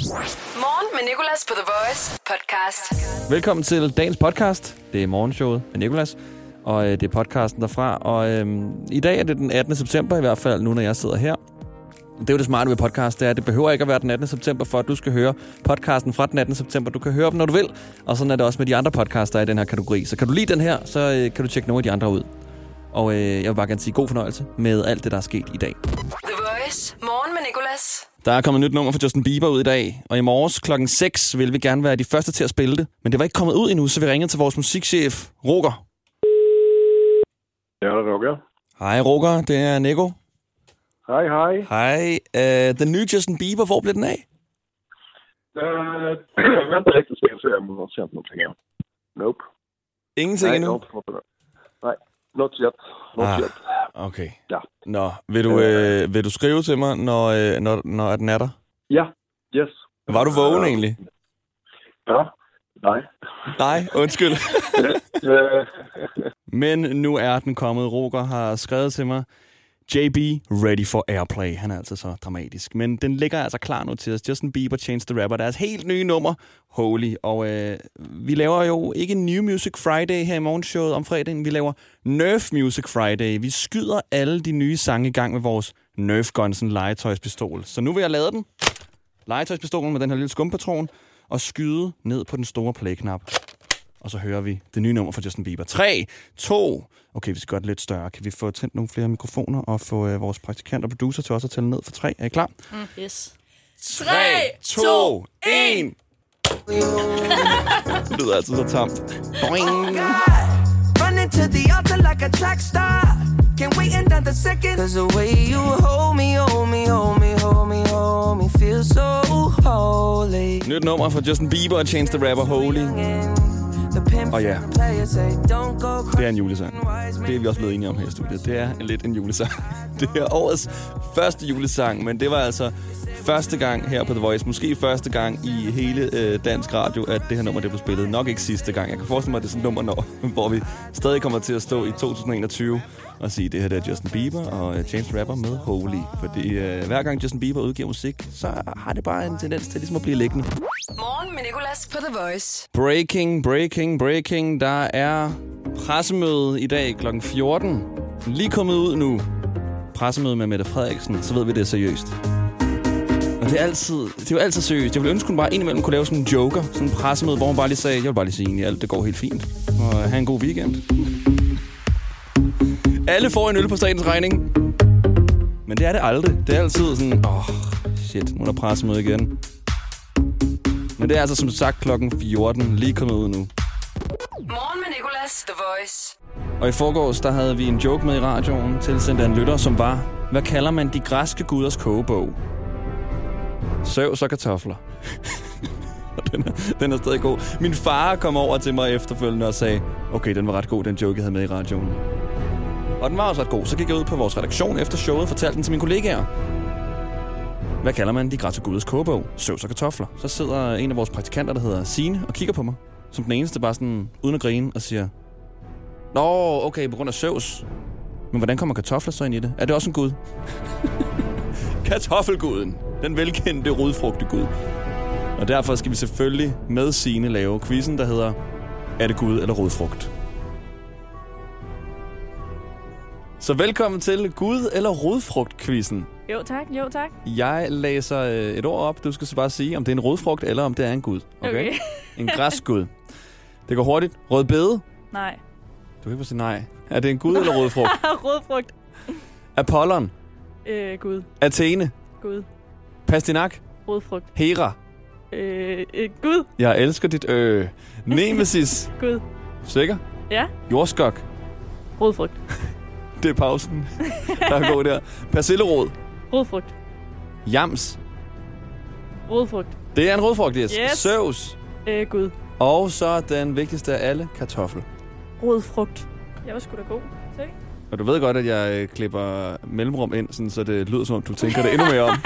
Morgen med Nicolas på The Voice podcast. Velkommen til dagens podcast. Det er morgenshowet med Nicolas, og det er podcasten derfra. Og i dag er det den 18. september i hvert fald, nu når jeg sidder her. Det er jo det smarte ved podcast, det er, at det behøver ikke at være den 18. september, for at du skal høre podcasten fra den 18. september. Du kan høre dem, når du vil, og sådan er det også med de andre podcaster i den her kategori. Så kan du lide den her, så kan du tjekke nogle af de andre ud. Og jeg vil bare gerne sige god fornøjelse med alt det, der er sket i dag. The Voice. Morgen med Nicolas. Der er kommet et nyt nummer fra Justin Bieber ud i dag, og i morges klokken 6 vil vi gerne være de første til at spille det. Men det var ikke kommet ud endnu, så vi ringede til vores musikchef, Roger. Ja, det er Roger. Hej Roger, det er Nico. Hej, hej. Hej. Den nye Justin Bieber, hvor blev den af? Vent lidt, så jeg må se noget her. Nope. Ingenting endnu? Nej, not yet. Not yet. Okay. Ja. Nå, vil du skrive til mig, når den er der? Ja, yes. Var du vågen egentlig? Ja, nej. Nej, undskyld. Men nu er den kommet. Roger har skrevet til mig. JB, ready for airplay. Han er altså så dramatisk. Men den ligger altså klar nu til os. Justin Bieber, Chance the Rapper. Deres helt nye nummer, Holy. Og vi laver jo ikke New Music Friday her i morgenshowet om fredagen. Vi laver Nerf Music Friday. Vi skyder alle de nye sange i gang med vores Nerf Guns, en legetøjspistol. Så nu vil jeg lade den. Legetøjspistolen med den her lille skumpatron. Og skyde ned på den store play-knap. Og så hører vi det nye nummer fra Justin Bieber. 3, 2... Okay, vi skal gøre det lidt større. Kan vi få tændt nogle flere mikrofoner og få vores praktikant og producer til også at tælle ned for 3? Er I klar? Yes. 3, 2, 1! Det lyder altid så tamt. Boing! Running to the altar like a track star. Can't wait another second. Cause the way you hold me, hold me, hold me, hold me, hold me, feel so holy. Nyt nummer fra Justin Bieber og Chance the Rapper, Holy. Og ja, det er en julesang. Det er vi også blevet enige om her i studiet. Det er lidt en julesang. Det er årets første julesang, men det var altså første gang her på The Voice. Måske første gang i hele dansk radio, at det her nummer det blev spillet. Nok ikke sidste gang. Jeg kan forestille mig, at det er sådan et nummer, hvor vi stadig kommer til at stå i 2021 og sige, det her det er Justin Bieber og Chance the Rapper med Holy. Fordi hver gang Justin Bieber udgiver musik, så har det bare en tendens til ligesom at blive liggende. Morgen med Nicolas på The Voice. Breaking. Der er pressemøde i dag kl. 14. Lige kommet ud nu. Pressemøde med Mette Frederiksen, så ved vi, det er seriøst. Og det er jo altid seriøst. Jeg ville ønske, hun bare indimellem kunne lave sådan en joker. Sådan en pressemøde, hvor hun bare lige sagde, jeg vil bare lige sige egentlig, alt det går helt fint. Og have en god weekend. Alle får en øl på statens regning. Men det er det aldrig. Det er altid sådan, shit, nu er der pressemøde igen. Men det er altså som sagt klokken 14, lige kommet ud nu. Morgen med Nicolas, The Voice. Og i forgårs, der havde vi en joke med i radioen, tilsendt af en lytter, som var, hvad kalder man de græske guders kogebog? Søvs og kartofler. den er stadig god. Min far kom over til mig efterfølgende og sagde, okay, den var ret god, den joke, jeg havde med i radioen. Og den var også ret god. Så gik jeg ud på vores redaktion efter showet og fortalte den til mine kollegaer. Hvad kalder man de græske guders kogebog? Søvs og kartofler. Så sidder en af vores praktikanter, der hedder Signe, og kigger på mig. Som den eneste, bare sådan uden at grine, og siger, nå, okay, på grund af søvs. Men hvordan kommer kartofler så ind i det? Er det også en gud? Kartoffelguden. Den velkendte rodfrugtegud. Og derfor skal vi selvfølgelig med Signe lave quizzen, der hedder, er det gud eller rodfrugt? Så velkommen til Gud eller rodfrugt-quizzen. Jo tak. Jeg læser et ord op. Du skal så bare sige, om det er en rodfrugt, eller om det er en gud. Okay? En græsk gud. Det går hurtigt. Rødbede? Nej. Du kan ikke sige nej. Er det en gud eller rodfrugt? Rodfrugt. Apollon? Gud. Athene? Gud. Pastinak? Rodfrugt. Hera? Gud. Jeg elsker dit Nemesis? Gud. Sikker? Ja. Jordskok? Rodfrugt. Det er pausen. Der er god der. Persillerod? Rodfrugt. Jams? Rodfrugt. Det er en rodfrugt, yes. Søvs. Gud. Og så den vigtigste af alle, kartoffel. Rodfrugt. Jeg var sgu da god. Se. Og du ved godt, at jeg klipper mellemrum ind, sådan, så det lyder som om, du tænker det endnu mere om.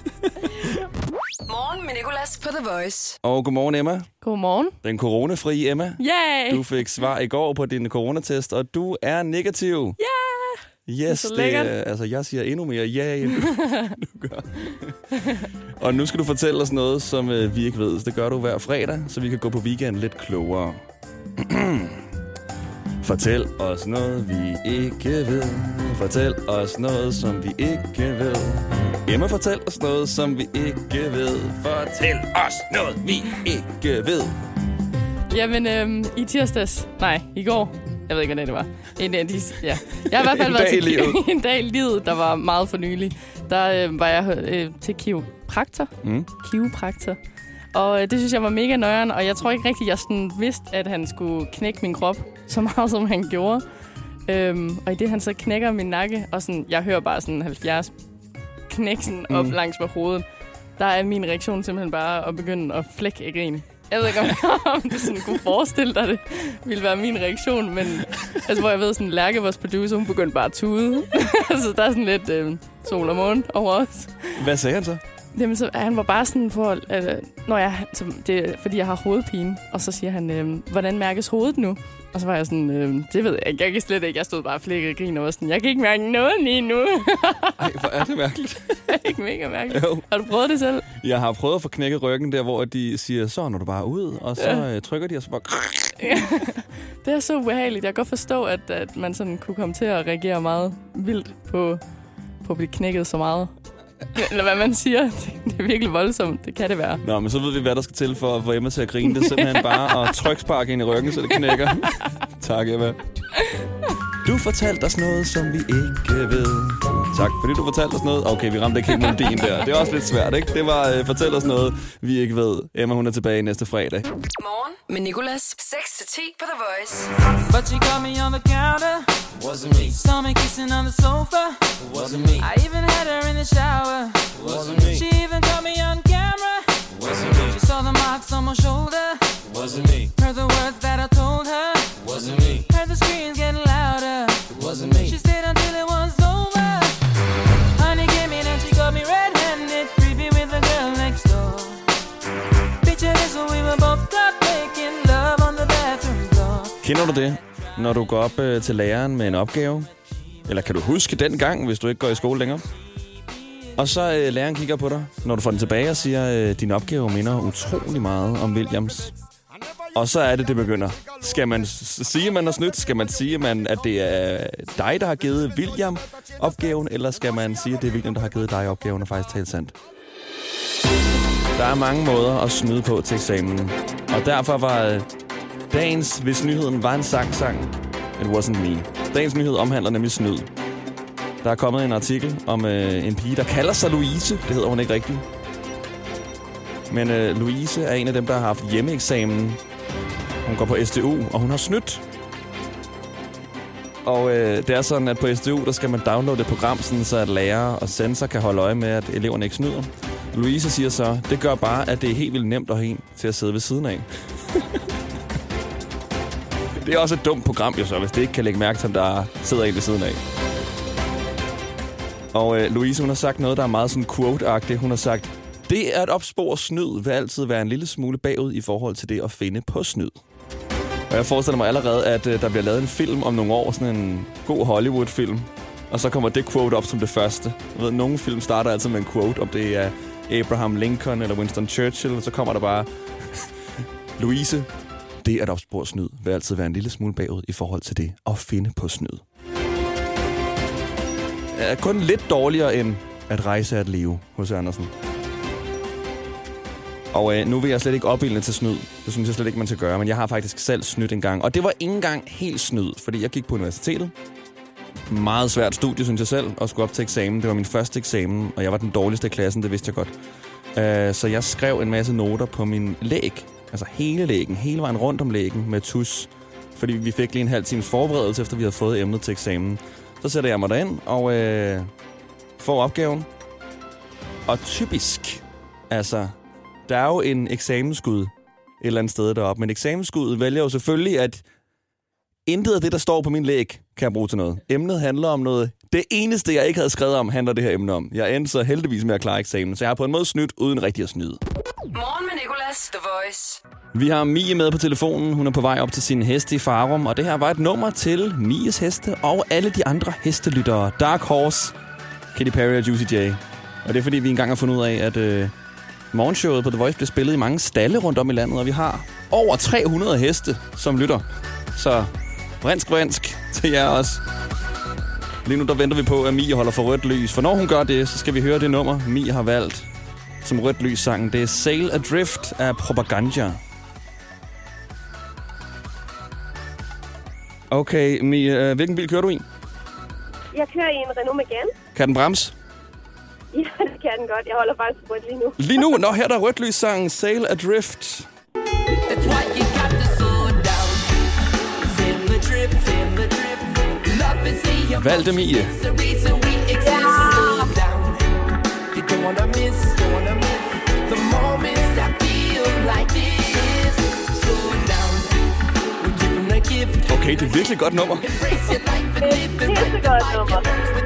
Morgen med Nicolas på The Voice. Og godmorgen, Emma. Godmorgen. Den coronafri Emma. Yay! Du fik svar i går på din coronatest, og du er negativ. Yeah! Yes, så lækkert. altså jeg siger endnu mere ja, end du gør. Og nu skal du fortælle os noget, som vi ikke ved. Det gør du hver fredag, så vi kan gå på weekend lidt klogere. Fortæl os noget, vi ikke ved. Fortæl os noget, som vi ikke ved. Emma, fortæl os noget, som vi ikke ved. Fortæl os noget, vi ikke ved. Jamen, i går. Jeg ved ikke, hvordan det var. Jeg har i hvert fald været til en dag i livet, der var meget for nylig. Der var jeg til kiropraktor. Kiropraktor. Og det synes jeg var mega nøjeren, og jeg tror ikke rigtigt, jeg sådan vidste, at han skulle knække min krop så meget, som han gjorde. Og i det, han så knækker min nakke, og sådan, jeg hører bare sådan 70 knæk sådan op langs med hovedet, der er min reaktion simpelthen bare at begynde at flække af grin. Jeg ved ikke, om du sådan kunne forestille dig, det ville være min reaktion, men altså, hvor jeg ved, sådan Lærke, vores producer, hun begyndte bare at tude. Altså, der er sådan lidt sol og måne over os. Hvad sagde han så? Jamen, så han var bare sådan på, det er, fordi jeg har hovedpine, og så siger han, hvordan mærkes hovedet nu? Og så var jeg sådan, det ved jeg ikke, jeg kan slet ikke, jeg stod bare og flækkede grin og var sådan, jeg kan ikke mærke noget lige nu. Ej, hvor er det mærkeligt. Det er ikke mega mærkeligt. Jo. Har du prøvet det selv? Jeg har prøvet at få knækket ryggen der, hvor de siger, så når du bare ud, og så trykker de, og så bare... Det er så ubehageligt. Jeg kan godt forstå, at man sådan kunne komme til at reagere meget vildt på at blive knækket så meget. Eller hvad man siger. Det er virkelig voldsomt. Det kan det være. Nå, men så ved vi, hvad der skal til for at få Emma til at grine. Det er simpelthen bare at tryksparke ind i ryggen, så det knækker. Tak, Emma. Du fortalte os noget, som vi ikke ved. Tak, fordi du fortalte os noget. Okay, vi ramte ikke helt melodien der. Det er også lidt svært, ikke? Det var fortæl os noget, vi ikke ved. Emma, hun er tilbage næste fredag. Morgen med Nicolas. 6-10 på The Voice. But she caught me on the counter. Wasn't me. Saw me kissing on the sofa. Wasn't me. I even had her in the shower. Wasn't me. She even caught me on camera. Wasn't me. She saw the marks on my shoulder. Wasn't me. Heard the words that I told her. Wasn't me. Heard the screams getting louder. Wasn't me. She stayed until it was over. Honey came in and she got me red-handed, creepy with the girl next door. Picture this when we were both caught making love on the bathroom floor. Kender du det, når du går op til læreren med en opgave? Eller kan du huske den gang, hvis du ikke går i skole længere? Og så læreren kigger på dig, når du får den tilbage og siger, din opgave minder utrolig meget om Williams. Og så er det begynder. Skal man sige, at man er snydt? Skal man sige, at det er dig, der har givet William opgaven? Eller skal man sige, at det er William, der har givet dig opgaven og faktisk talt sandt? Der er mange måder at snyde på til eksamen. Og derfor var dagens, hvis nyheden var en sang, it wasn't me. Dagens nyhed omhandler nemlig snyd. Der er kommet en artikel om en pige, der kalder sig Louise. Det hedder hun ikke rigtigt. Men Louise er en af dem, der har haft hjemmeeksamen. Hun går på SDU, og hun har snydt. Og det er sådan, at på SDU, der skal man downloade et program, sådan, så at lærere og sensor kan holde øje med, at eleverne ikke snyder. Louise siger så, det gør bare, at det er helt vildt nemt at have en til at sidde ved siden af. Det er også et dumt program, jo så, hvis det ikke kan lægge mærke til, at der sidder en ved siden af. Og Louise, hun har sagt noget, der er meget sådan quote-agtigt. Hun har sagt, det er at opspore snyd vil altid være en lille smule bagud i forhold til det at finde på snyd. Og jeg forestiller mig allerede, at der bliver lavet en film om nogle år, sådan en god Hollywood-film. Og så kommer det quote op som det første. Jeg ved, nogle film starter altid med en quote, om det er Abraham Lincoln eller Winston Churchill, og så kommer der bare, Louise, det at opspore snyd vil altid være en lille smule bagud i forhold til det at finde på snyd. Er kun lidt dårligere end at rejse at leve hos Andersen. Og nu vil jeg slet ikke opildne til snyd. Det synes jeg slet ikke, man skal gøre. Men jeg har faktisk selv snydt en gang. Og det var ikke engang helt snyd, fordi jeg gik på universitetet. Meget svært studie, synes jeg selv, at skulle op til eksamen. Det var min første eksamen, og jeg var den dårligste i klassen, det vidste jeg godt. Så jeg skrev en masse noter på min læg. Altså hele lægen, hele vejen rundt om lægen med tus. Fordi vi fik lige en halv times forberedelse, efter vi havde fået emnet til eksamen. Så sætter jeg mig derind og får opgaven. Og typisk, altså, der er jo en eksamensskud et eller andet sted deroppe. Men eksamensskuddet vælger jo selvfølgelig, at intet af det, der står på min læg, kan jeg bruge til noget. Emnet handler om noget Det eneste, jeg ikke havde skrevet om, handler det her emne om. Jeg endte så heldigvis med at klare eksamen, så jeg har på en måde snydt, uden rigtig at snyde. Morgen med Nicolas, The Voice. Vi har Mie med på telefonen. Hun er på vej op til sin heste i Farum, og det her var et nummer til Mies heste og alle de andre hestelyttere. Dark Horse, Katy Perry og Juicy J. Og det er fordi, vi engang har fundet ud af, at morgenshowet på The Voice bliver spillet i mange stalle rundt om i landet, og vi har over 300 heste, som lytter. Så vrinsk til jer også. Lige nu der venter vi på, at Mie holder for rødt lys. For når hun gør det, så skal vi høre det nummer, Mie har valgt som rødt lys sangen. Det er Sail Adrift af Propaganda. Okay, Mie, hvilken bil kører du i? Jeg kører i en Renault Megane. Kan den bremse? Ja, det kan den godt. Jeg holder faktisk på rødt lige nu. Lige nu? Nå, her er der rødt lys sangen Sail Adrift. Valgte Mie. Okay, det er virkelig godt nummer. Det er så godt nummer.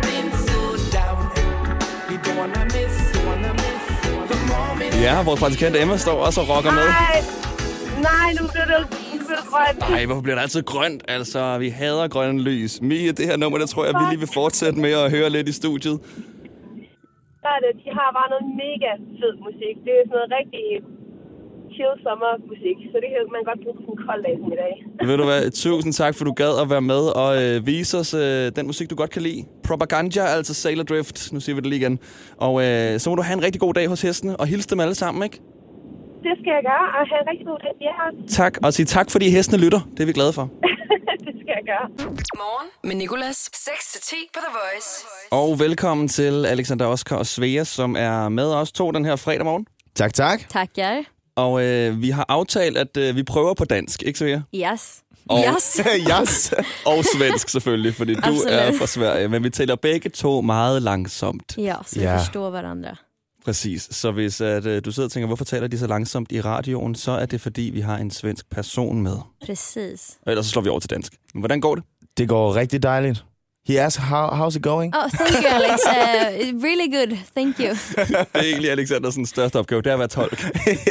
Ja, vores praktikant Emma står også og rocker med. Nej, nu bliver det grønt. Nej, hvorfor bliver det altid grønt? Altså, vi hader grønne lys. Mie, det her nummer, det tror jeg, vi lige vil fortsætte med at høre lidt i studiet. Der er det. De har bare noget mega fed musik. Det er sådan noget rigtig chill sommermusik. Så det kan man godt bruge på sådan en kold dag som i dag. Ved du hvad? Tusind tak, for du gad at være med og vise os den musik, du godt kan lide. Propaganda, altså Sail Adrift. Nu siger vi det lige igen. Og så må du have en rigtig god dag hos hestene, og hilse dem alle sammen, ikke? Det skal jeg gøre, og have en rigtig god dag. Ja. Tak, og sig tak, fordi hestene lytter. Det er vi glade for. Det skal jeg gøre. Morgen med Nicolas. 6-10 på The Voice. Og velkommen til Alexander, Oscar og Svea, som er med os to den her fredag morgen. Tak. Tackar. Og vi har aftalt, at vi prøver på dansk, ikke Svea? Yes. Og, Yes. og svensk selvfølgelig, fordi du er fra Sverige. Men vi taler begge to meget langsomt. Ja, så vi forstår hverandre. Præcis. Så hvis du sidder og tænker, hvorfor taler de så langsomt i radioen, så er det fordi, vi har en svensk person med. Præcis. Og ellers så slår vi over til dansk. Men hvordan går det? Det går rigtig dejligt. He asked, how's it going? Oh, thank you, Alex. Really good. Thank you. Det er egentlig Alexanders største opgave, det er at være tolk.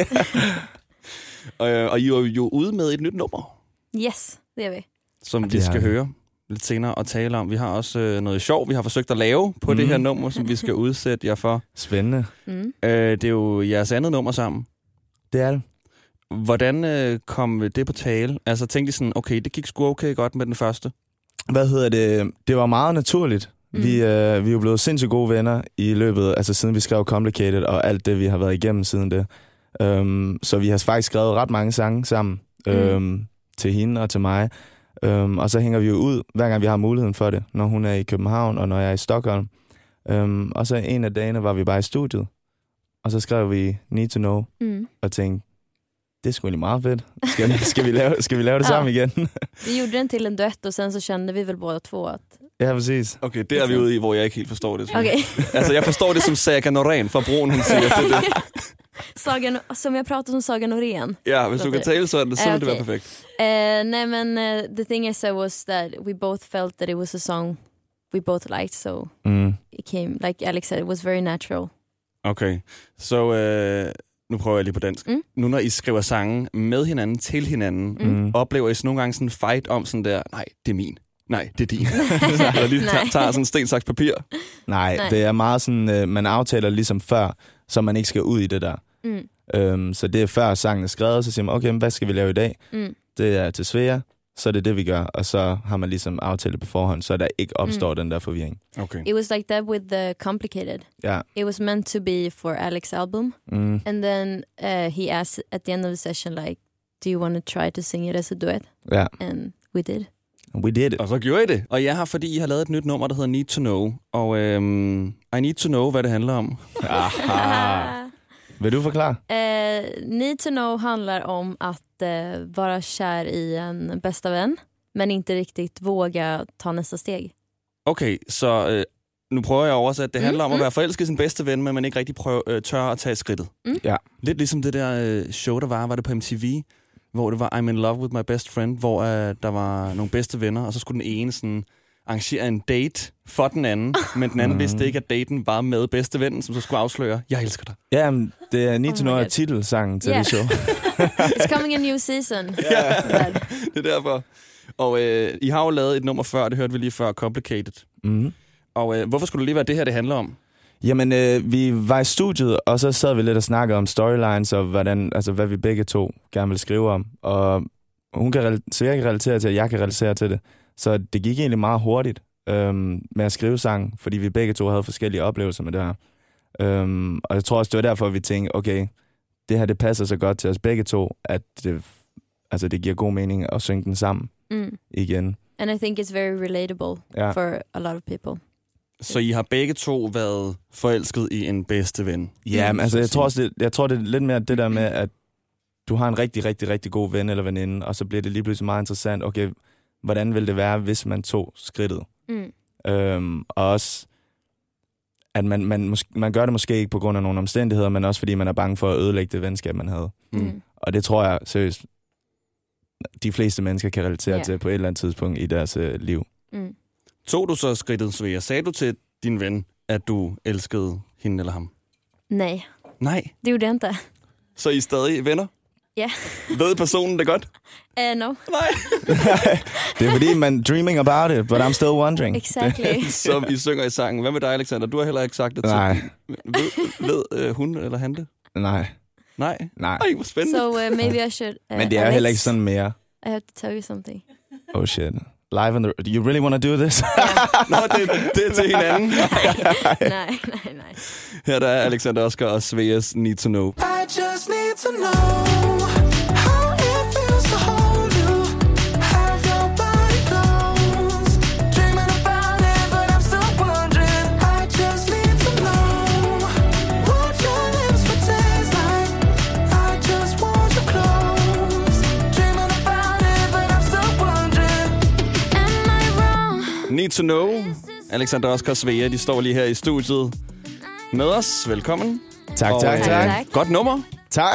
Og I er jo ude med et nyt nummer. Yes, det er vi. Som vi skal høre lidt senere og tale om. Vi har også noget sjov, vi har forsøgt at lave på det her nummer, som vi skal udsætte jer for. Spændende. Det er jo jeres andet nummer sammen. Det er det. Hvordan kom det på tale? Altså tænkte I sådan, okay, det gik sgu okay godt med den første? Det var meget naturligt. Vi er jo blevet sindssygt gode venner i løbet, altså siden vi skrev Complicated og alt det, vi har været igennem siden det. Så vi har faktisk skrevet ret mange sange sammen til hende og til mig. Og så hænger vi jo ud, hver gang vi har muligheden for det, når hun er i København og når jeg er i Stockholm. Og så en af dagene var vi bare i studiet, og så skrev vi Need to Know og tænkte, det er sgu egentlig meget fedt. Skal vi lave det sammen igen? Vi gjorde den till en duett och sen så kände vi väl båda två att... Ja, præcis. Okay, det er vi ude i, hvor jeg ikke helt forstår det. Okay. Altså, jeg forstår det som Saga Norén fra Broen, hun siger til det. Saga, som jag pratar om Saga Norén. Ja, hvis du kan tale sådan, så vil det være perfekt. Nej, men the thing I said was that we both felt that it was a song we both liked, so it came, like Alex said, it was very natural. Okay, så nu prøver jeg lige på dansk. Nu når I skriver sange med hinanden, til hinanden, oplever I så nogle gange sådan en fight om sådan der, nej, det er min. Nej, det er din. Eller lige tager sådan en sten, saks, papir. Nej, det er meget sådan, man aftaler ligesom før, så man ikke skal ud i det der. Så det er før sangen er skrevet, så siger man, okay, hvad skal vi lave i dag? Det er til Svea, så er det vi gør, og så har man ligesom aftalt på forhånd, så der ikke opstår den der forvirring. Okay. It was like that with the Complicated. Yeah. It was meant to be for Alex's album, and then he asked at the end of the session, like, do you want to try to sing it as a duet? Yeah. And we did. We did it. Og så gjorde I det. Og jeg har, fordi I har lavet et nyt nummer, der hedder Need to Know. Og I need to know, hvad det handler om. Vil du forklare? Need to know handlar om att vara kär i en bästa vän, men inte riktigt våga ta næsta steg. Okay, så nu prøver jeg at oversætte. Det handler om at være forelsket i sin bedste ven, men man ikke rigtig tør at tage skridtet. Ja. Lidt ligesom det der show, der var det på MTV, hvor det var I'm in love with my best friend, hvor der var nogle bedste venner, og så skulle den ene sådan arrangere en date for den anden, men den anden vidste ikke, at daten var med bedste vennen, som så skulle afsløre, jeg elsker dig. Ja, men det er Need to Know titelsangen til det show. It's coming a new season. Det er derfor. Og I har jo lavet et nummer før, det hørte vi lige før, Complicated. Mm-hmm. Og hvorfor skulle det lige være det her, det handler om? Jamen, vi var i studiet, og så sad vi lidt og snakkede om storylines, og hvad vi begge to gerne vil skrive om. Og så jeg kan relatere til, at jeg kan relatere til det. Så det gik egentlig meget hurtigt med at skrive sang, fordi vi begge to havde forskellige oplevelser med det her. Og jeg tror også, det var derfor, vi tænkte, okay, det her det passer så godt til os begge to, at det giver god mening at synge den sammen igen. And I think it's very relatable for a lot of people. Så I har begge to været forelsket i en bedste ven? Ja, men altså, jeg tror, det er lidt mere det der med, at du har en rigtig, rigtig, rigtig god ven eller veninde, og så bliver det lige pludselig meget interessant, okay, hvordan ville det være, hvis man tog skridtet? Og også, at man gør det måske ikke på grund af nogle omstændigheder, men også fordi man er bange for at ødelægge det venskab, man havde. Og det tror jeg seriøst, de fleste mennesker kan relatere til på et eller andet tidspunkt i deres liv. Tog du så skridtet, Svea? Sagde du til din ven, at du elskede hende eller ham? Nej. Nej? Det gjorde jeg ikke. Så I er stadig venner? Ja. Ved personen det godt? No. Nej. Det er fordi, man dreaming about it, but I'm still wondering. Exactly. Som I synger i sangen. Hvad med dig, Alexander? Du har heller ikke sagt det til. Nej. Ved hun eller han det? Nej. Nej? Nej. Ej, hvor spændende. So maybe I should... Men det er heller ikke sådan mere. I have to tell you something. Oh shit. Live on the... Do you really want to do this? Nå, det er til hinanden. Nej. Her der er Alexander Oscar og Sveas Need to Know. I just need to know how it feels to hold you, have your body close, dreaming about it, but I'm still wondering. I just need to know what your lips would taste like. I just want you close, dreaming about it, but I'm still wondering. Am I wrong? Need to Know. Alexander Oscar og Svea, de står lige her i studiet med os. Velkommen. Tak. Godt nummer. Tak.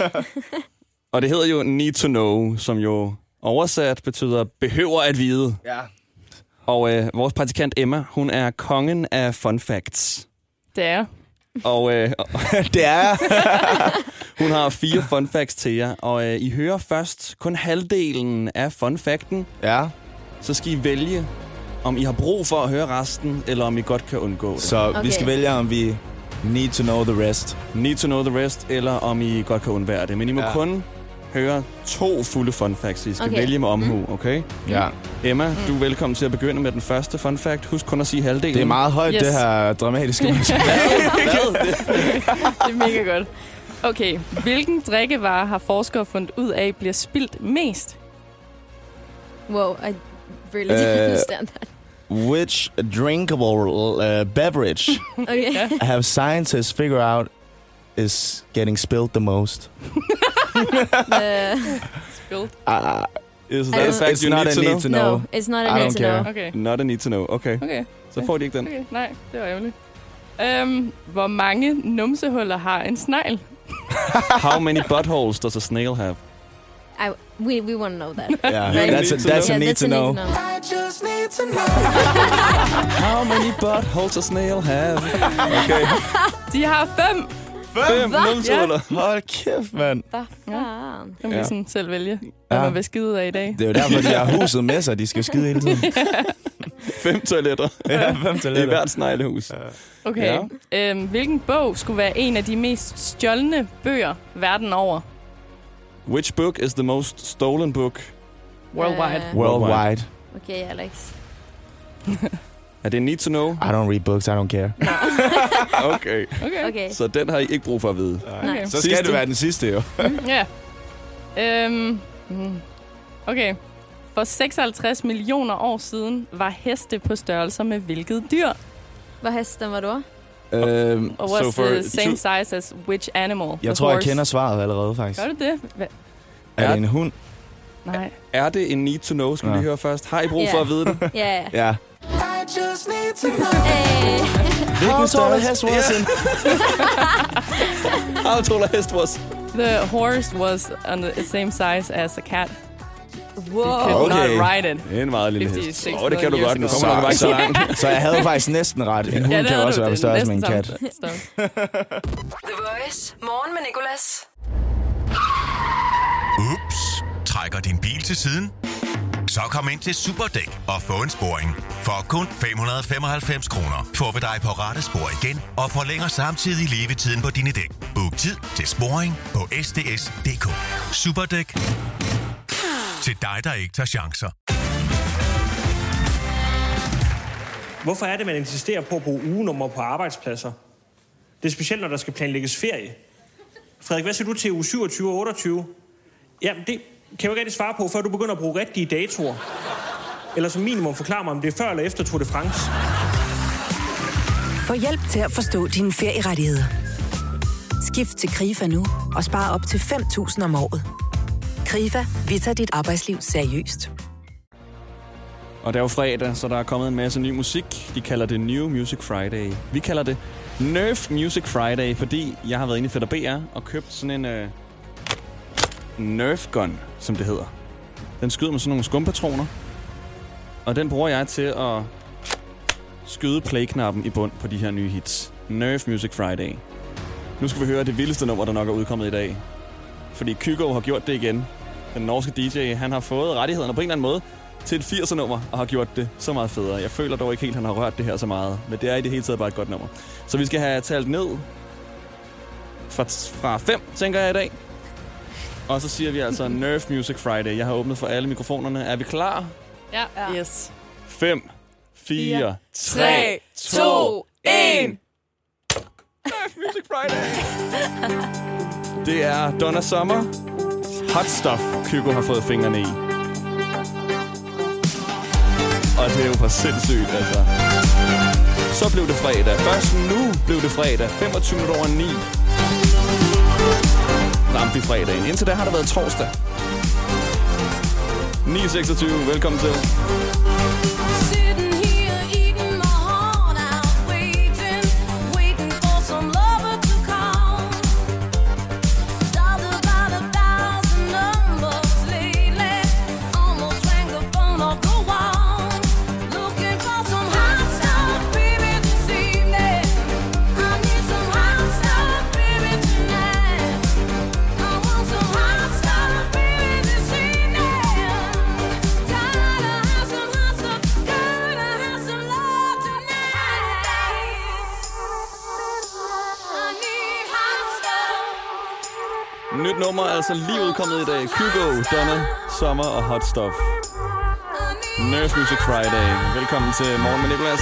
Og det hedder jo Need to Know, som jo oversat betyder behøver at vide. Ja. Og vores praktikant Emma, hun er kongen af fun facts. Det er. Og det er. Hun har 4 fun facts til jer, og I hører først kun halvdelen af fun facten. Ja. Så skal I vælge, om I har brug for at høre resten, eller om I godt kan undgå det. Så vi skal vælge, om vi need to know the rest. Need to know the rest, eller om I godt kan undvære det. Men I må kun høre 2 fulde fun facts. I skal vælge med omhu, okay? Ja. Emma, du er velkommen til at begynde med den første fun fact. Husk kun at sige halvdelen. Det er meget højt, det her dramatiske musik. Det er mega godt. Okay, hvilken drikkevare har forskere fundet ud af bliver spildt mest? Wow, I really didn't understand that. Which drinkable beverage have scientists figured out is getting spilled the most? Spilled? Is that a fact you need to know? No, it's not a need to know. Okay. Not a need to know. Okay. Så får de ikke den. Okay. Nej, det var ærgerligt. Hvor mange numsehuller har en snegl? How many buttholes does a snail have? We want to know that. Yeah, right? that's a need to know. I just need to know. How many buttholes a snail have? Okay. De har 5. 5 numsehuller. Hold kæft, mand. Hvad fanden? Kan man sådan selv vælge, hvad man vil skide af i dag. Det er jo derfor, de har huset med sig. De skal skide hele tiden. 5 toiletter. Ja, 5 toiletter. I hvert sneglehus. Okay. Ja. Hvilken bog skulle være en af de mest stjålne bøger verden over? Which book is the most stolen book? Worldwide. Worldwide. Okay, Alex. Er det need to know? I don't read books, I don't care. Okay. Så den har I ikke brug for at vide. Okay. Så skal det være den sidste, jo. Ja. Okay. For 56 millioner år siden var heste på størrelser med hvilket dyr? Hvad hesten var du? Og was the same size as which animal? Jeg tror, jeg kender svaret allerede, faktisk. Gør du det? Er det en hund? Nej. Er det en need to know, skal vi høre først? Har I brug for at vide det? Ja. Ja. I just need to know. Hvilken størrelse hest was it? How tall a hest was? The horse was on the same size as a cat. Wow. Not right it. Det er en meget lille hest. 56 Det kan du godt. Nu years kommer nok ikke så langt. Så jeg havde faktisk næsten ret. En hund kan også være på størrelse med en kat. The Voice. Morgen med Nicolas. Ups. Trækker din bil til siden? Så kom ind til Superdæk og få en sporing. For kun 595 kroner får vi dig på rette spor igen og forlænger samtidig levetiden på dine dæk. Book tid til sporing på sds.dk. Superdæk. Til dig, der ikke tager chancer. Hvorfor er det, man insisterer på at bruge ugenummer på arbejdspladser? Det er specielt, når der skal planlægges ferie. Frederik, hvad siger du til uge 27 og 28? Jamen, det kan jeg jo ikke rigtig svare på, før du begynder at bruge rigtige datoer. Eller som minimum forklare mig, om det er før eller efter Tour de France. Få hjælp til at forstå dine ferierettigheder. Skift til KRIFA nu og spar op til 5.000 om året. KRIFA, vi tager dit arbejdsliv seriøst. Og det er jo fredag, så der er kommet en masse ny musik. De kalder det New Music Friday. Vi kalder det Nerf Music Friday, fordi jeg har været inde i Fætter BR og købt sådan en Nerf gun, som det hedder. Den skyder med sådan nogle skumpatroner. Og den bruger jeg til at skyde play-knappen i bund på de her nye hits. Nerf Music Friday. Nu skal vi høre det vildeste nummer, der nok er udkommet i dag. Fordi Kygo har gjort det igen. Den norske DJ, han har fået rettighederne på en eller anden måde til et 80'er-nummer og har gjort det så meget federe. Jeg føler dog ikke helt, at han har rørt det her så meget. Men det er i det hele taget bare et godt nummer. Så vi skal have talt ned fra 5, tænker jeg i dag. Og så siger vi altså Nerf Music Friday. Jeg har åbnet for alle mikrofonerne. Er vi klar? Ja. Yes. 5, 4, 3, 2, 1. Nerf Music Friday. Det er Donna Summer. Hot Stuff, Kygo har fået fingrene i. Og det er jo for sindssygt, altså. Så blev det fredag. Først nu blev det fredag. 25 minutter over 9. Ramte vi fredagen. Indtil da har der været torsdag. 9.26. Velkommen til. Nyt nummer, altså lige udkommet i dag. Kygo, Donna, Summer og Hot Stuff. Nerf Music Friday. Velkommen til Morgen med Nicolas.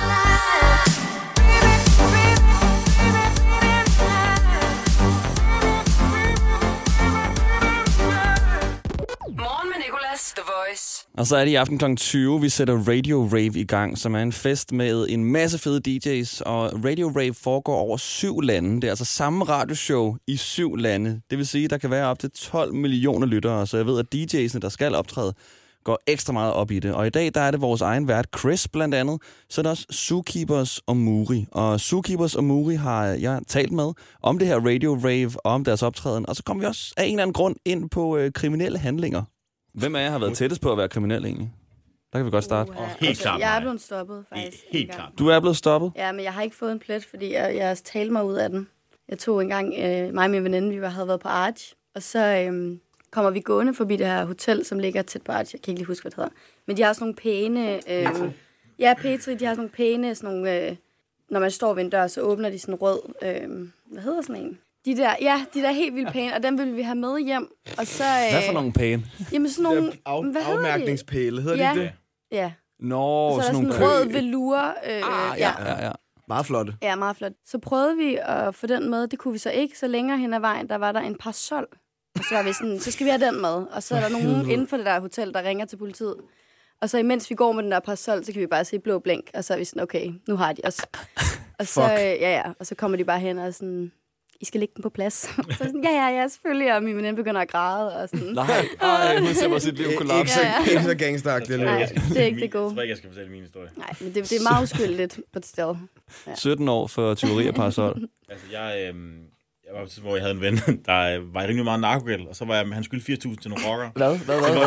Morgen med Nicolas, The Voice. Og så er det i aften kl. 20, vi sætter Radio Rave i gang, som er en fest med en masse fede DJ's. Og Radio Rave foregår over 7 lande. Det er altså samme radioshow i 7 lande. Det vil sige, at der kan være op til 12 millioner lyttere. Så jeg ved, at DJ'sene, der skal optræde, går ekstra meget op i det. Og i dag, der er det vores egen vært, Chris, blandt andet. Så er der også Zookeepers og Muri. Og Zookeepers og Muri har jeg talt med om det her Radio Rave og om deres optræden. Og så kommer vi også af en eller anden grund ind på kriminelle handlinger. Hvem af jer har været tættest på at være kriminel egentlig? Der kan vi godt starte. Helt klart. Jeg er blevet stoppet, faktisk. Helt klart. Du er blevet stoppet? Ja, men jeg har ikke fået en plet, fordi jeg talte mig ud af den. Jeg tog engang, mig og min veninde, vi havde været på Arch, og så kommer vi gående forbi det her hotel, som ligger tæt på Arch. Jeg kan ikke lige huske, hvad det hedder. Men de har sådan nogle pæne... ja, Petri, de har sådan nogle pæne... Sådan nogle, når man står ved en dør, så åbner de sådan rød... hvad hedder sådan en? De der helt vildt pæne, og dem ville vi have med hjem. Og så, hvad for nogle pæne? Jamen sådan nogle... Afmærkningspæle, hedder de det? Ja. Nå, så sådan nogle rød velour. Ja. Meget flotte. Ja, meget flot. Så prøvede vi at få den med. Det kunne vi så ikke. Så længere hen ad vejen, der var der en parasol. Og så var vi sådan, så skal vi have den med. Og så er der nogen inden for det der hotel, der ringer til politiet. Og så imens vi går med den der parasol, så kan vi bare se blå blink. Og så er vi sådan, okay, nu har de os. Og så, og så kommer de bare hen og sådan... I skal lægge den på plads. Så sådan, ja, selvfølgelig. Og min veninde begynder at græde. Og sådan. Nej, hun ser bare sit liv kollapse. Ikke så gangsteragtigt. Nej, det er ikke det gode. Jeg tror ikke, jeg skal fortælle min historie. Nej, men det er meget uskyldigt, but still. Ja. 17 år for tyveri af parasol. Altså, jeg hvor jeg havde en ven, der var rimelig meget narkogæld, og så var han skyldte 4.000 til nogle rockere. Hvad?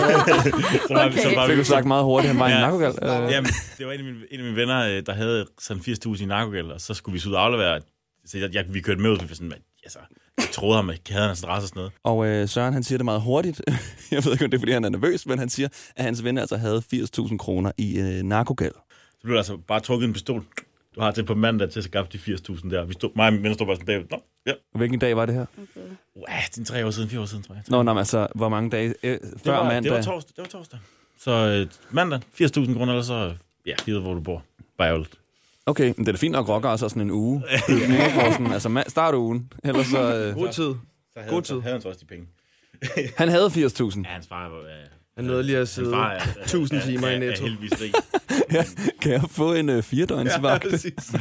Så fik du sagt meget hurtigt, han var en narkogæld? Jamen, det var en af mine venner, der havde sådan 80.000 i narkogæld, og så skulle vi så ud og aflevere. Så vi kørte med ud, for sådan, jeg troede ham, jeg havde hans adresse og sådan noget. Og Søren, han siger det meget hurtigt. Jeg ved ikke, om det er, fordi han er nervøs, men han siger, at hans ven altså havde 80.000 kroner i narkogæld. Så blev der altså bare trukket en pistol. Du har til på mandag til at skaffe de 80.000 der. Mig og min ven stod bare sådan, David. Ja. Hvilken dag var det her? Det er 3 år siden, 4 år siden, tror jeg. Nå, men altså, hvor mange dage før mandag? Det var torsdag. Så mandag, 80.000 kroner, eller så, givet hvor du bor. Bare ærgerligt. Okay, men det er da fint nok rocker også sådan en uge. Altså start ugen, ellers så... God tid. Så havde han så også de penge. Han havde 80.000? Ja, hans far var... Han nåede lige at sidde 1000 timer i Netto. Heldigvis rig. Kan jeg få en 4-døgnsvagt? Ja, præcis.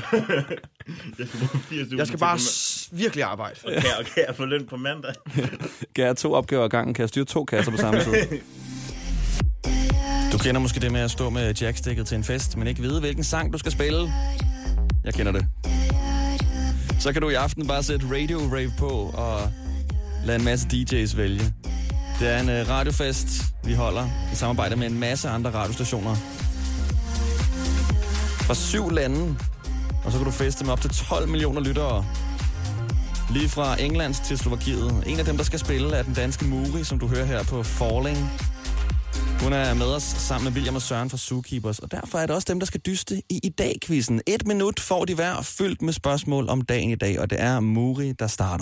Jeg skal bare virkelig arbejde. Og kan jeg få løn på mandag? Kan jeg 2 opgaver ad gangen? Kan jeg styre 2 kasser på samme tid? Du kender måske det med at stå med jackstikket til en fest, men ikke vide, hvilken sang du skal spille. Jeg kender det. Så kan du i aften bare sætte Radio Rave på og lade en masse DJ's vælge. Det er en radiofest, vi holder i samarbejde med en masse andre radiostationer. Fra 7 lande, og så kan du feste med op til 12 millioner lyttere. Lige fra England til Slovakiet. En af dem, der skal spille, er den danske Muri, som du hører her på Falling. Hun er med os sammen med William og Søren fra Zookeepers, og derfor er det også dem, der skal dyste i dag-quizzen. 1 minut får de hver fyldt med spørgsmål om dagen i dag, og det er Muri, der starter.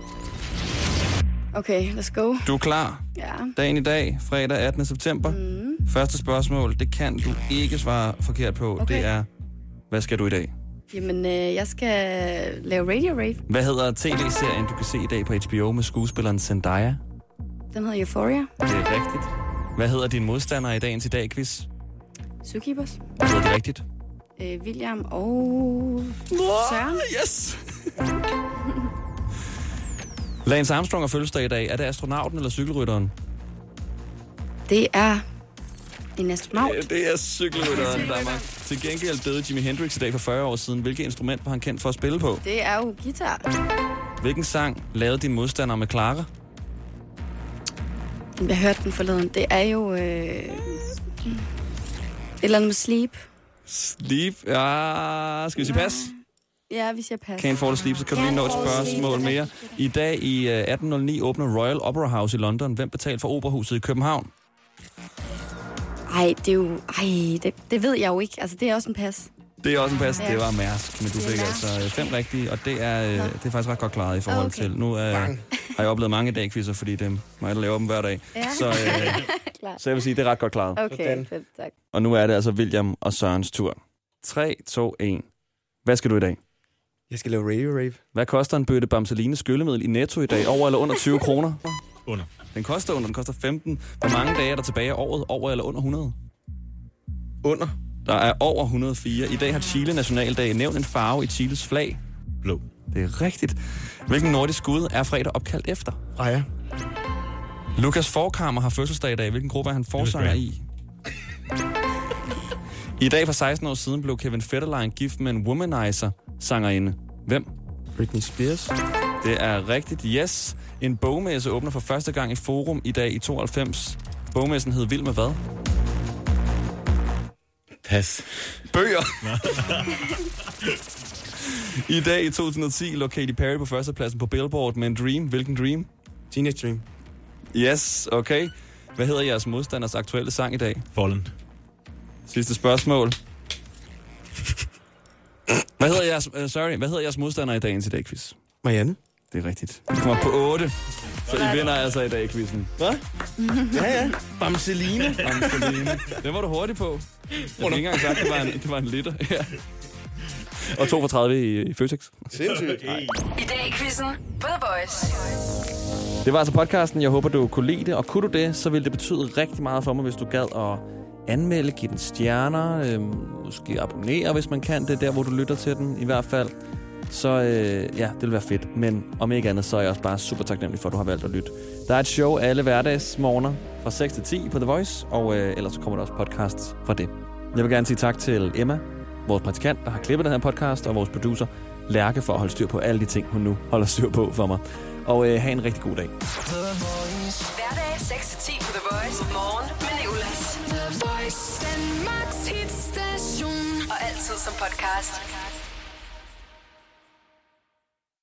Okay, let's go. Du er klar? Ja. Dagen i dag, fredag 18. september. Første spørgsmål, det kan du ikke svare forkert på. Okay. Det er, hvad skal du i dag? Jamen, jeg skal lave Radio Rave. Hvad hedder tv-serien, du kan se i dag på HBO med skuespilleren Zendaya? Den hedder Euphoria. Det er rigtigt. Hvad hedder din modstander i dagens i dag-quiz? Zookeepers. Hvad hedder det rigtigt? William og Søren. Yes! Lance Armstrong har fødselsdag i dag. Er det astronauten eller cykelrytteren? Det er en astronaut. Det er cykelrytteren, Danmark. Til gengæld døde Jimi Hendrix i dag for 40 år siden. Hvilket instrument var han kendt for at spille på? Det er jo guitar. Hvilken sang lavede din modstander med Clara? Jeg hørte den forleden. Det er jo et eller andet med Sleep. Sleep? Ja, skal vi sige pas? Ja, vi siger pas. Can't Fall Asleep, så kan du lige nå et spørgsmål mere. I dag i 1809 åbner Royal Opera House i London. Hvem betalte for Operahuset i København? Ej, det er jo... det ved jeg jo ikke. Altså, det er også en pas. Det er også en pas. Ja. Det var Mærsk, men du fik altså 5 rigtige, og det er faktisk ret godt klaret i forhold til. Nu har jeg oplevet mange dagquizzer, fordi det er mig, der laver dem hver dag. Ja. Så jeg vil sige, det er ret godt klaret. Okay, fedt, tak. Og nu er det altså William og Sørens tur. 3, 2, 1. Hvad skal du i dag? Jeg skal lave Radio Rave. Hvad koster en bøtte Bamseline skyllemiddel i Netto i dag? Over eller under 20 kroner? Under. Den koster 15. Hvor mange dage er der tilbage af året? Over eller under 100? Under. Der er over 104. I dag har Chile nationaldag. Nævn en farve i Chiles flag. Blå. Det er rigtigt. Hvilken nordisk gud er fredag opkaldt efter? Freja. Lukas Forchhammer har fødselsdag i dag. Hvilken gruppe er han forsanger i? I dag for 16 år siden blev Kevin Federline gift med en womanizer-sangerinde. Hvem? Britney Spears. Det er rigtigt. Yes. En bogmesse åbner for første gang i Forum i dag i 92. Bogmessen hed Vild med hvad? Pas. Bøger. I dag i 2010 lå Katy Perry på førstepladsen på Billboard med en dream. Hvilken dream? Teenage Dream. Yes, okay. Hvad hedder jeres modstanders aktuelle sang i dag? Fallen. Sidste spørgsmål. Hvad hedder jeres modstander i dagens i dag, quiz? Marianne. Det er rigtigt. Vi kommer på 8, så I vinder altså i dag, quizzen. Hvad? Ja. Bamseline. Den var du hurtig på. Jeg fik ikke engang sagt, det var en liter. Ja. Og 2 for 30 i Føtex. Sindssygt. I dag i quizzen på The Voice. Det var altså podcasten. Jeg håber, du kunne lide det. Og kunne du det, så ville det betyde rigtig meget for mig, hvis du gad at anmelde, give den stjerner, måske abonnere, hvis man kan det, der hvor du lytter til den i hvert fald. Så det vil være fedt. Men om ikke andet, så er jeg også bare super taknemmelig for, at du har valgt at lytte. Der er et show alle hverdagsmorgener fra 6 til 10 på The Voice, og ellers kommer der også podcasts fra det. Jeg vil gerne sige tak til Emma, vores praktikant, der har klippet den her podcast, og vores producer, Lærke for at holde styr på alle de ting, hun nu holder styr på for mig. Og have en rigtig god dag. Hverdag 6-10 på The Voice. Morgen med Nicolas. The Voice. Danmarks hitstation. Og altid som podcast.